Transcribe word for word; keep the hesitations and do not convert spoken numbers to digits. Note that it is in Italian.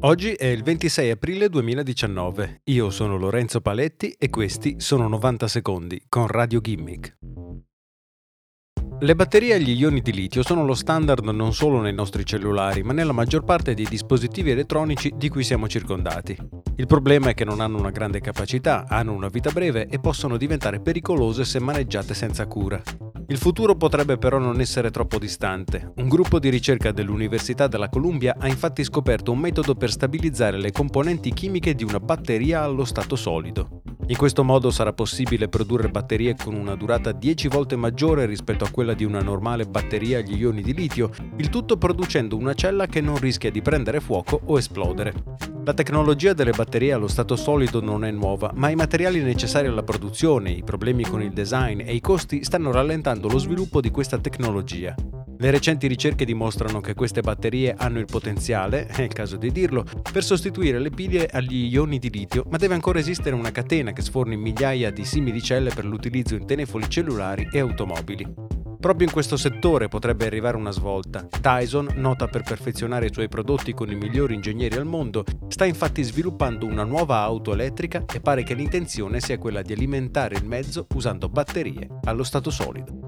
Oggi è il ventisei aprile duemiladiciannove, io sono Lorenzo Paletti e questi sono novanta secondi con Radio Gimmick. Le batterie agli ioni di litio sono lo standard non solo nei nostri cellulari, ma nella maggior parte dei dispositivi elettronici di cui siamo circondati. Il problema è che non hanno una grande capacità, hanno una vita breve e possono diventare pericolose se maneggiate senza cura. Il futuro potrebbe però non essere troppo distante. Un gruppo di ricerca dell'Università della Columbia ha infatti scoperto un metodo per stabilizzare le componenti chimiche di una batteria allo stato solido. In questo modo sarà possibile produrre batterie con una durata dieci volte maggiore rispetto a quella di una normale batteria agli ioni di litio, il tutto producendo una cella che non rischia di prendere fuoco o esplodere. La tecnologia delle batterie allo stato solido non è nuova, ma i materiali necessari alla produzione, i problemi con il design e i costi stanno rallentando lo sviluppo di questa tecnologia. Le recenti ricerche dimostrano che queste batterie hanno il potenziale, è il caso di dirlo, per sostituire le pile agli ioni di litio, ma deve ancora esistere una catena che sforni migliaia di simili celle per l'utilizzo in telefoni cellulari e automobili. Proprio in questo settore potrebbe arrivare una svolta. Dyson, nota per perfezionare i suoi prodotti con i migliori ingegneri al mondo, sta infatti sviluppando una nuova auto elettrica e pare che l'intenzione sia quella di alimentare il mezzo usando batterie allo stato solido.